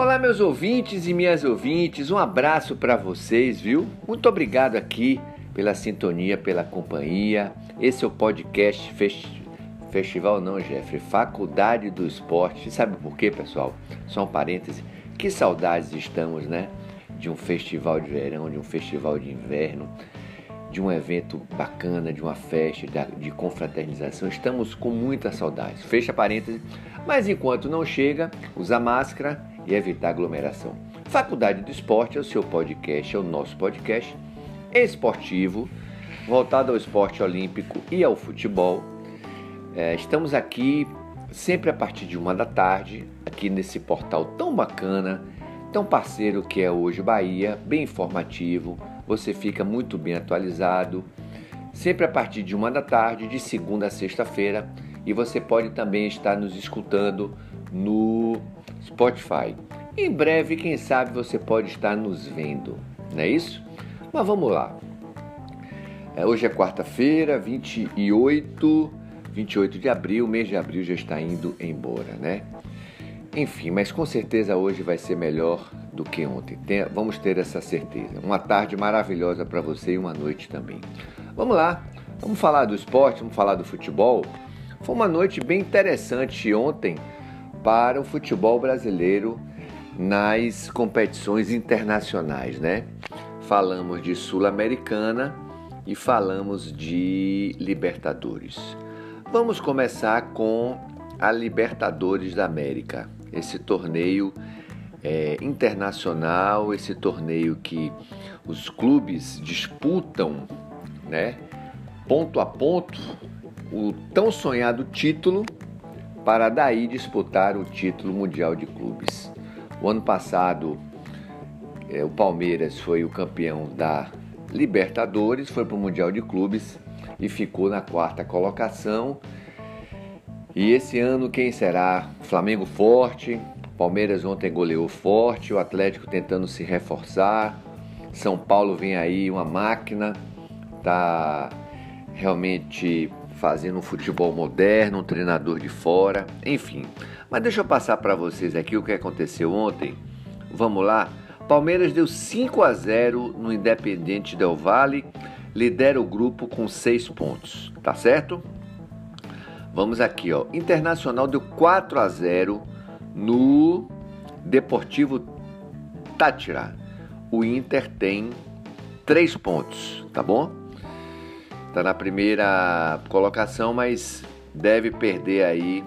Olá, meus ouvintes e minhas ouvintes, um abraço para vocês, viu? Muito obrigado aqui pela sintonia, pela companhia. Esse é o podcast Festival não, Jeffrey, Faculdade do Esporte. Sabe por quê, pessoal? Só um parêntese. Que saudades estamos, né? De um festival de verão, de um festival de inverno, de um evento bacana, de uma festa, de confraternização. Estamos com muita saudade. Fecha parêntese. Mas enquanto não chega, usa máscara e evitar aglomeração. Faculdade do Esporte é o seu podcast, é o nosso podcast esportivo, voltado ao esporte olímpico e ao futebol. Estamos aqui sempre a partir de 1h, aqui nesse portal tão bacana, tão parceiro que é Hoje Bahia, bem informativo, você fica muito bem atualizado, sempre a partir de 1h, de segunda a sexta-feira, e você pode também estar nos escutando no Spotify. Em breve, quem sabe, você pode estar nos vendo, não é isso? Mas vamos lá. Hoje é quarta-feira, 28 de abril, o mês de abril já está indo embora, né? Enfim, mas com certeza hoje vai ser melhor do que ontem. Vamos ter essa certeza. Uma tarde maravilhosa para você e uma noite também. Vamos lá, vamos falar do esporte, vamos falar do futebol. Foi uma noite bem interessante ontem para o futebol brasileiro nas competições internacionais, né? Falamos de Sul-Americana e falamos de Libertadores. Vamos começar com a Libertadores da América, esse torneio internacional, esse torneio que os clubes disputam, né, ponto a ponto, o tão sonhado título para daí disputar o título mundial de clubes. O ano passado, o Palmeiras foi o campeão da Libertadores, foi para o Mundial de Clubes e ficou na 4ª colocação. E esse ano quem será? Flamengo forte, Palmeiras ontem goleou forte, o Atlético tentando se reforçar, São Paulo vem aí uma máquina, tá realmente fazendo um futebol moderno, um treinador de fora, enfim. Mas deixa eu passar para vocês aqui o que aconteceu ontem. Vamos lá? Palmeiras deu 5-0 no Independiente Del Valle, lidera o grupo com 6 pontos, tá certo? Vamos aqui, ó. Internacional deu 4-0 no Deportivo Táchira. O Inter tem 3 pontos, tá bom? Tá na primeira colocação, mas deve perder aí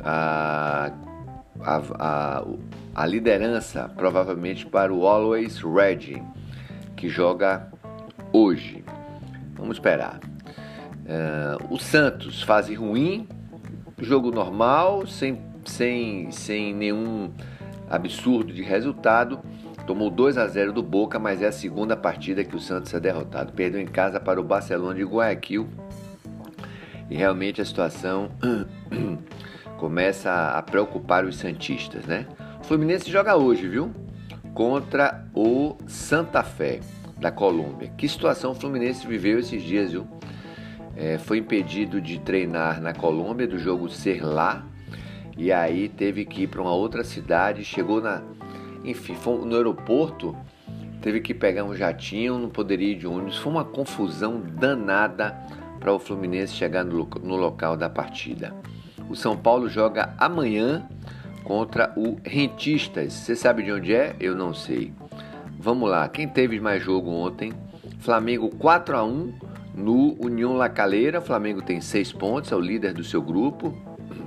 a liderança, provavelmente para o Always Ready, que joga hoje. Vamos esperar. O Santos, fase ruim, jogo normal, sem nenhum absurdo de resultado. Tomou 2-0 do Boca, mas é a segunda partida que o Santos é derrotado. Perdeu em casa para o Barcelona de Guayaquil. E realmente a situação começa a preocupar os santistas, né? O Fluminense joga hoje, viu? Contra o Santa Fé, da Colômbia. Que situação o Fluminense viveu esses dias, viu? Foi impedido de treinar na Colômbia, do jogo ser lá. E aí teve que ir para uma outra cidade, chegou enfim, foi no aeroporto, teve que pegar um jatinho, não poderia ir de ônibus. Foi uma confusão danada para o Fluminense chegar no local da partida. O São Paulo joga amanhã contra o Rentistas. Você sabe de onde é? Eu não sei. Vamos lá, quem teve mais jogo ontem? Flamengo 4-1 no União La Calera. O Flamengo tem 6 pontos, é o líder do seu grupo.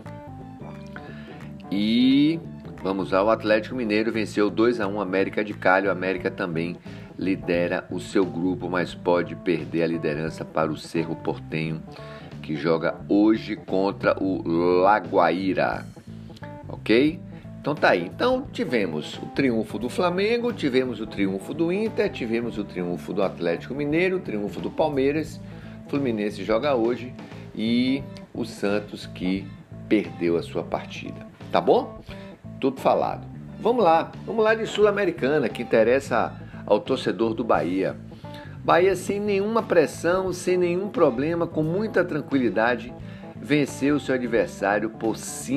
E vamos lá, o Atlético Mineiro venceu 2-1 América de Cali. O América também lidera o seu grupo, mas pode perder a liderança para o Cerro Porteño, que joga hoje contra o La Guaira. Ok? Então tá aí. Então tivemos o triunfo do Flamengo, tivemos o triunfo do Inter, tivemos o triunfo do Atlético Mineiro, o triunfo do Palmeiras. O Fluminense joga hoje e o Santos que perdeu a sua partida. Tá bom? Tudo falado. Vamos lá de Sul-Americana, que interessa ao torcedor do Bahia. Bahia sem nenhuma pressão, sem nenhum problema, com muita tranquilidade, venceu o seu adversário por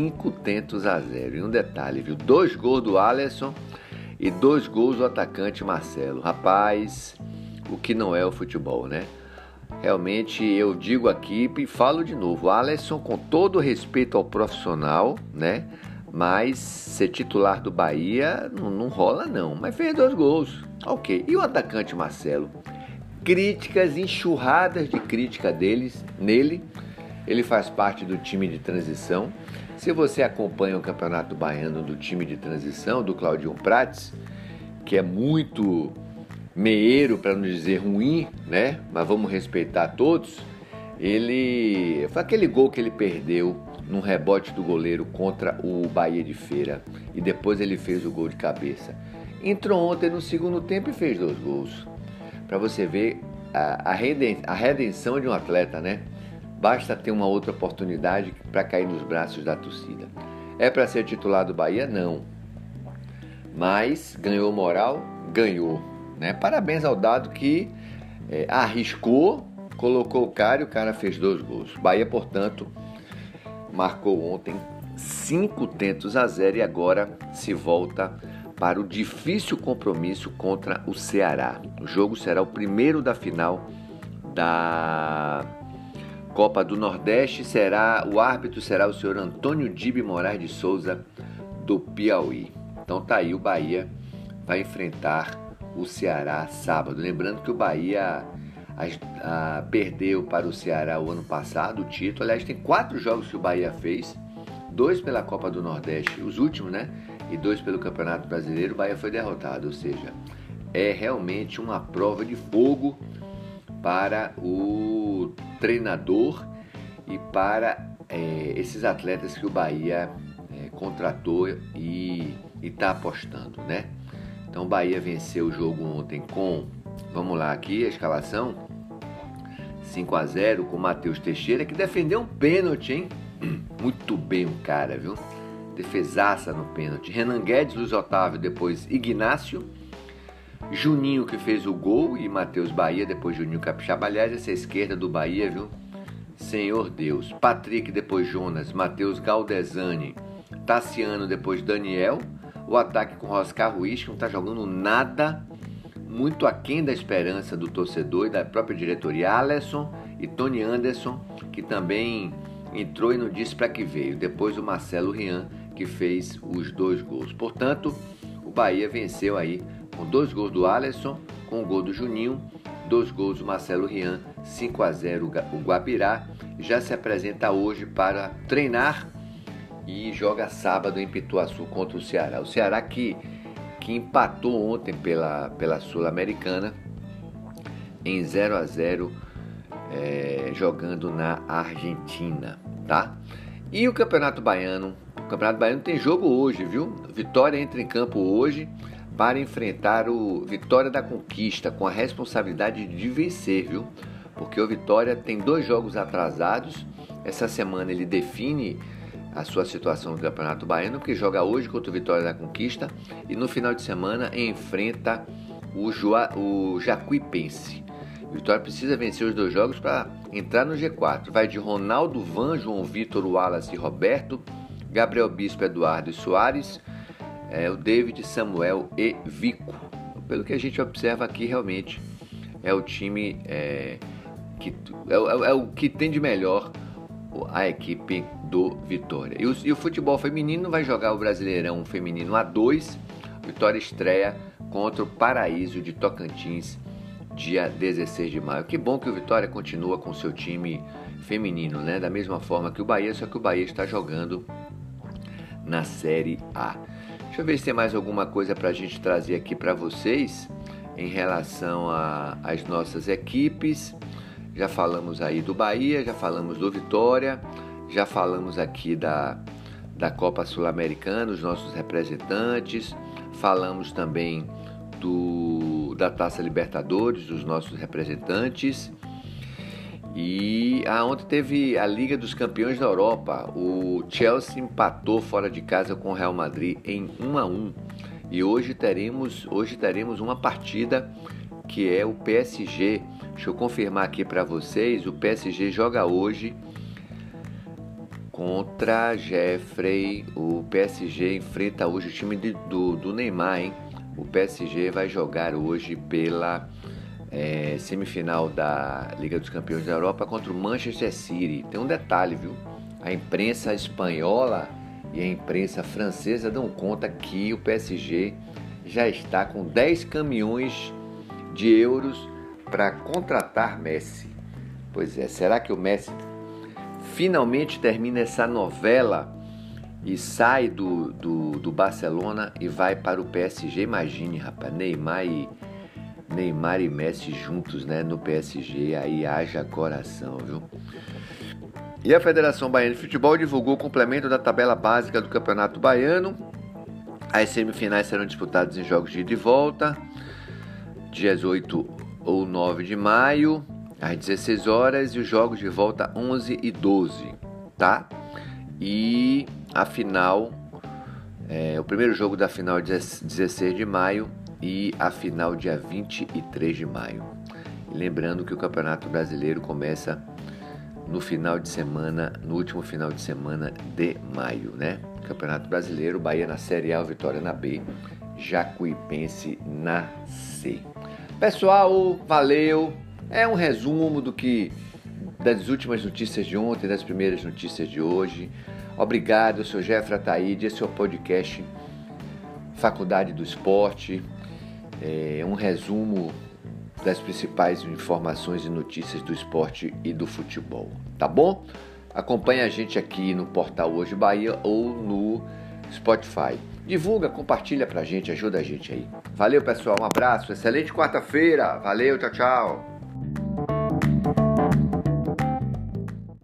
5-0. E um detalhe, viu? 2 gols do Alisson e 2 gols do atacante Marcelo. Rapaz, o que não é o futebol, né? Realmente eu digo aqui e falo de novo, o Alisson, com todo respeito ao profissional, né? Mas ser titular do Bahia não rola não, mas fez 2 gols, ok. E o atacante Marcelo? Críticas, enxurradas de crítica nele. Ele faz parte do time de transição. Se você acompanha o Campeonato Baiano do time de transição, do Claudinho Prates, que é muito meieiro, para não dizer ruim, né? Mas vamos respeitar todos. Ele foi aquele gol que ele perdeu num rebote do goleiro contra o Bahia de Feira e depois ele fez o gol de cabeça. Entrou ontem no segundo tempo e fez 2 gols. Para você ver a redenção de um atleta, né? Basta ter uma outra oportunidade para cair nos braços da torcida. É para ser titular do Bahia? Não. Mas ganhou moral? Ganhou. Né? Parabéns ao Dado que arriscou, colocou o cara e o cara fez 2 gols. Bahia, portanto, marcou ontem 5-0 e agora se volta para o difícil compromisso contra o Ceará. O jogo será o primeiro da final da Copa do Nordeste. O árbitro será o senhor Antônio Dibe Moraes de Souza, do Piauí. Então tá aí, o Bahia vai enfrentar o Ceará sábado. Lembrando que o Bahia perdeu para o Ceará o ano passado o título. Aliás, tem 4 jogos que o Bahia fez, 2 pela Copa do Nordeste, os últimos, né? E 2 pelo Campeonato Brasileiro. O Bahia foi derrotado, ou seja, é realmente uma prova de fogo para o treinador e para esses atletas que o Bahia contratou e está apostando, né? Então o Bahia venceu o jogo ontem com, vamos lá aqui, a escalação, 5-0 com o Matheus Teixeira, que defendeu um pênalti, hein? Muito bem o cara, viu? Defesaça no pênalti. Renan Guedes, Luiz Otávio, depois Ignácio, Juninho que fez o gol e Matheus Bahia, depois Juninho Capixaba. Aliás, essa esquerda do Bahia, viu? Senhor Deus. Patrick, depois Jonas, Matheus Galdesani, Tassiano, depois Daniel. O ataque com Oscar Ruiz, que não está jogando nada, muito aquém da esperança do torcedor e da própria diretoria. Alisson e Tony Anderson, que também entrou e não disse para que veio. Depois o Marcelo Rian, que fez os 2 gols. Portanto, o Bahia venceu aí com 2 gols do Alisson, com o gol do Juninho, 2 gols do Marcelo Rian, 5-0 o Guabirá. Já se apresenta hoje para treinar e joga sábado em Pituaçu contra o Ceará. O Ceará que empatou ontem pela Sul-Americana em 0-0, jogando na Argentina, tá? E o Campeonato Baiano tem jogo hoje, viu? Vitória entra em campo hoje para enfrentar o Vitória da Conquista, com a responsabilidade de vencer, viu? Porque o Vitória tem 2 jogos atrasados. Essa semana ele define a sua situação no Campeonato Baiano, porque joga hoje contra o Vitória da Conquista e no final de semana enfrenta o Jacuipense. O Vitória precisa vencer os 2 jogos para entrar no G4. Vai de Ronaldo, Van, João Vitor, Wallace e Roberto, Gabriel Bispo, Eduardo e Soares, o David, Samuel e Vico. Pelo que a gente observa aqui, realmente é o time o que tem de melhor a equipe do Vitória. E o futebol feminino vai jogar o Brasileirão Feminino A2. Vitória estreia contra o Paraíso de Tocantins, dia 16 de maio. Que bom que o Vitória continua com seu time feminino, né? Da mesma forma que o Bahia, só que o Bahia está jogando na Série A. Deixa eu ver se tem mais alguma coisa para a gente trazer aqui para vocês em relação às nossas equipes. Já falamos aí do Bahia, já falamos do Vitória, já falamos aqui da Copa Sul-Americana, os nossos representantes, falamos também da Taça Libertadores, dos nossos representantes. E ontem teve a Liga dos Campeões da Europa. O Chelsea empatou fora de casa com o Real Madrid em 1-1. E hoje teremos uma partida que é o PSG. Deixa eu confirmar aqui para vocês. O PSG joga hoje contra Jeffrey. O PSG enfrenta hoje o time do Neymar, hein? O PSG vai jogar hoje pela semifinal da Liga dos Campeões da Europa contra o Manchester City. Tem um detalhe, viu? A imprensa espanhola e a imprensa francesa dão conta que o PSG já está com 10 caminhões de euros para contratar Messi. Pois é, será que o Messi finalmente termina essa novela e sai do Barcelona e vai para o PSG? Imagine, rapaz, Neymar e Messi juntos, né, no PSG, aí haja coração, viu? E a Federação Baiana de Futebol divulgou o complemento da tabela básica do Campeonato Baiano. As semifinais serão disputadas em jogos de ida e volta, dias 8 ou 9 de maio, às 16 horas, e os jogos de volta 11 e 12, tá? E a final, o primeiro jogo da final é 16 de maio e a final dia 23 de maio. E lembrando que o Campeonato Brasileiro começa no último final de semana de maio, né? Campeonato Brasileiro, Bahia na Série A, Vitória na B, Jacuipense na C. Pessoal, valeu! É um resumo das últimas notícias de ontem, das primeiras notícias de hoje. Obrigado, eu sou Jeffrey Ataíde, esse é o podcast Faculdade do Esporte. Um resumo das principais informações e notícias do esporte e do futebol, tá bom? Acompanhe a gente aqui no Portal Hoje Bahia ou no Spotify. Divulga, compartilha pra gente, ajuda a gente aí. Valeu, pessoal, um abraço, excelente quarta-feira. Valeu, tchau, tchau.